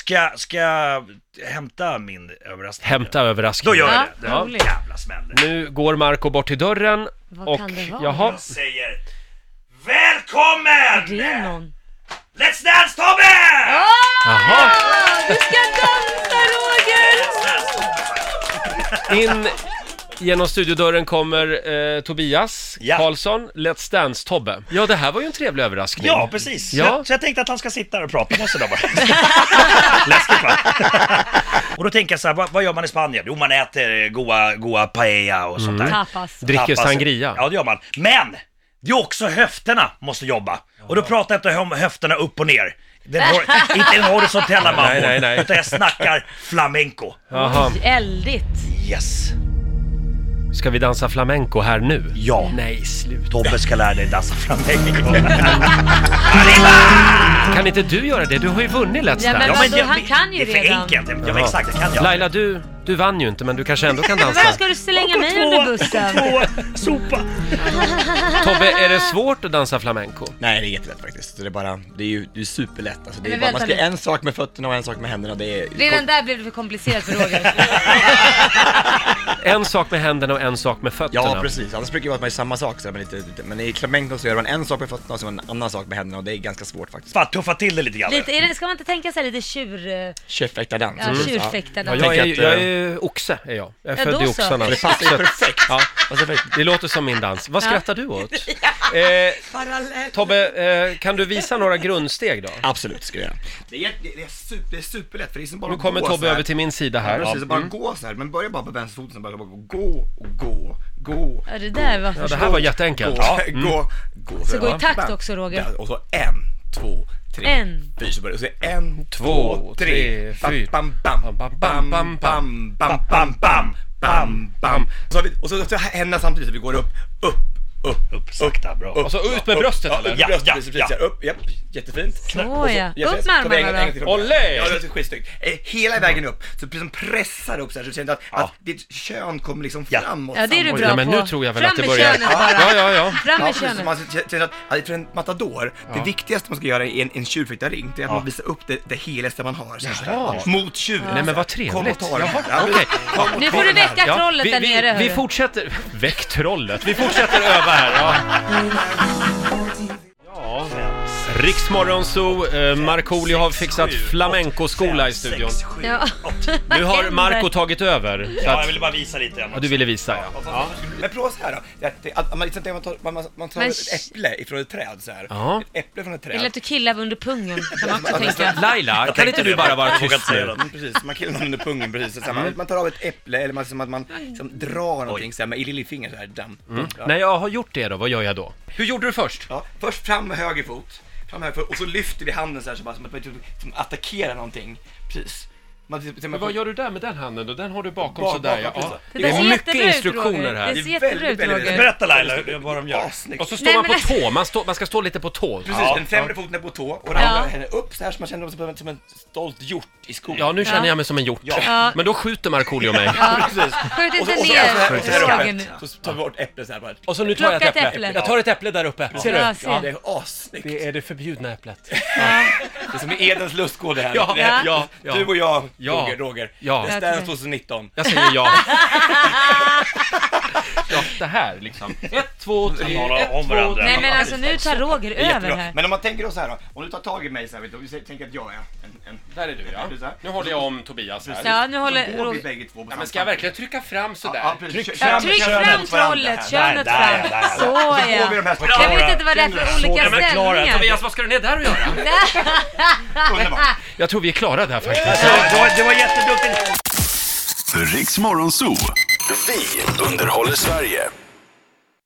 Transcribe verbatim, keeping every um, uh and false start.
Ska, ska jag hämta min överraskning? Hämta överraskning. Då gör jag Ja, det. Det är roligt. jävla smäll. Nu går Marco bort till dörren. Vad och kan det vara? jaha. Jag säger välkommen! Det är någon. Let's dance, Tobbe! Jaha. Du ska dansa, Roger! In genom studiodörren kommer eh, Tobias Ja. Karlsson, Let's Dance Tobbe. Ja, det här var ju en trevlig överraskning. Ja, precis. Ja. Så, så jag tänkte att han ska sitta där och prata med oss idag bara. Läskigt, va? Och då tänker jag så här, vad, vad gör man i Spanien? Jo, man äter goa, goa paella och sånt där. Tapas. Dricker Tapas. sangria. Ja, det gör man. Men det är också höfterna måste jobba. Och då pratar jag inte om höfterna upp och ner. Den har, inte den horisontella mambo, Nej, nej, nej. utan jag snackar flamenco. Jaha. Eldigt. Yes. Ska vi dansa flamenco här nu? Ja. Nej, slut. Tobbe ska lära dig dansa flamenco. Kan inte du göra det? Du har ju vunnit Let's Ja, men Dance. vadå, han kan ju det är för redan. enkelt. Ja, men exakt, det kan jag. Laila, du, du vann ju inte, men du kanske ändå kan Men dansa. vad ska du slänga mig under bussen? Två, sopa. Tobbe, är det svårt att dansa flamenco? Nej, det är jättelätt faktiskt. Det är bara, det är ju det är superlätt. Alltså, det är Men bara, vänta man ska nu. en sak med fötterna och en sak med händerna. Det är Redan där blev det för komplicerat för Roger. En sak med händerna och en sak med fötterna. Ja, precis. Annars brukar det vara att man är samma sak. Så här, men, lite, lite, men i flamenco så gör man en sak med fötterna och så en annan sak med händerna. Och det är ganska svårt faktiskt. Fan, tuffa till det lite grann. Lite, är det, ska man inte tänka sig lite tjur... Tjurfäktardans. Ja, Mm. tjurfäktardans. Ja, jag, är, tänker jag att, är ju oxe, är jag. Jag är Ja, född då i så. oxarna. Det passar ju perfekt. Ja, Alltså, det låter som min dans. Vad Ja. skrattar du åt? Eh, Tobbe, eh, kan du visa några grundsteg då? absolut, ska jag göra. Det är, det, är super, det är superlätt, för det är som bara Nu kommer gå Tobbe så här. över till min sida här. Ja, precis, Ja. bara gå så här, men börja bara på vänsterfoten, bara, bara gå och gå, gå. Ja, det där var Ja, för det här var jätteenkelt. Gå, Ja. gå, gå. Så gå i takt Bam. också, Roger. Ja, och så en, två, tre, En. fyra, så börjar och så en, Två, två, tre, tre, fyra. bam, bam, bam, Bam, bam, bam, bam, bam, bam, bam, bam, bam, bam, bam. Så har vi, och så, så händerna samtidigt så vi går upp, upp, upp, Upp, sakta, bra. Och så ut med bröstet, ja, eller? upp, Ja, bröstet, ja, precis, ja. precis, upp, japp, jättefint. Så, Och ja. yes, Upp yes. med Så vi en- armarna en då. till. Olé! Ja, det är skitsnyggt. Eh, Hela vägen upp, så liksom pressar upp så här, så du känner att, att ditt kön kommer liksom Ja. framåt. Ja, det är du framåt. bra Ja, men på. nu tror jag väl Fram att det med börjar... könet bara. Ja, ja, ja. Fram Ja, med precis, så könet. man känner att, att för en matador, det viktigaste man ska göra i en, en tjurfäktarring, det är att man visar upp det, det heligaste man har. Så här, Jaha. mot tjuren. Nej, men vad Kom och trevligt. ta den här. Jaha, Ja, okej. kom och Nu ta får du den här. väcka trollet vi, där vi, nere. vi hörru. fortsätter... Väck trollet. Vi fortsätter öva här. Ja. Ja. Riksmorgonzoo, eh, Markoolio har fixat flamenco-skola i studion. Ja. Nu har Marco tagit över. Så Ja, jag att, ville bara visa lite grann. ja, du ville visa, ja. Ja. Men prova så här då. Det- det- Att man, liksom, man tar, man, man tar Men- ett äpple ifrån ett träd så här. Ja. Ett äpple från ett träd. Eller att du killar under pungen, kan man också tänka. Laila, kan inte du bara vara Jag vågar tyst inte säga nu? det. Mm, precis, man killar någon under pungen precis. Så här, man, man tar av ett äpple eller man, som att man som drar någonting så här, med i lillfingret så här. Damm. Ja. När jag har gjort det då, vad gör jag då? Hur gjorde du först? Ja, först fram med höger fot, fram med höger fot och så lyfter vi handen så här så bara som att man typ, som attackerar någonting. Precis. Man, typ, Men vad gör du där med den handen då? Den har du bakom Bak- sådär, ja. bakom, ja. Det Det där är ser mycket jättebra ut, instruktioner Roger. här. Det ser Det är jättebra ut, väldigt, väldigt- Roger. Berätta Laila vad de gör. Assnyggt. Och så står Nej, man men- på tå, man, står, man ska stå lite på tå. Precis, Ja, den främre foten är på tå och den Ja. andra henne upp så här så man känner sig som en, som en stolt hjort i skogen. Ja, nu känner Ja. jag mig som en hjort. Ja. Men då skjuter Markoolio mig. Precis. Skjut Och så, inte och så, och så, här, ner och så, här Roger nu. uppe, så tar vi bort äpplet så här bara. Och så nu tar jag ett Plocka ett äpple. äpple. Jag tar ett äpple där uppe. Ser du? Ja, ser. Ja, det är assnyggt. Det är det förbjudna äpplet. Det är som i Edens lustgård det här. Ja, det här ja, ja. Du och jag, Ja. Roger, Roger. Ja. Det är tjugonitton. Jag säger ja. Ja, det här liksom. Ett, två, tre, talar ett, om två, varandra. Nej men alltså nu tar Roger Det är över jättebra. här. Men om man tänker då så här då, om du tar tag i mig så här, vet du, vi tänker att jag är en... en Där är du, ja. Så här. Nu håller jag om Tobias här. Ja, nu Så håller går vi Roger... bägge två på Ja, men samma ska jag sätt. verkligen trycka fram sådär? Ja, precis. Tryck Kör- Ja, fram. tryck könet fram fram trollet, det här. könet Där, där, fram. där. Så Så går vi ja. de här Jag vet inte vad det är för olika Ja, men Klara, ställningar. Tobias, vad ska du ner där och göra? Underbart. Jag tror vi är klara där faktiskt. Ja, det var, det var jätteduktigt. Riksmorgonzoo. Vi underhåller Sverige.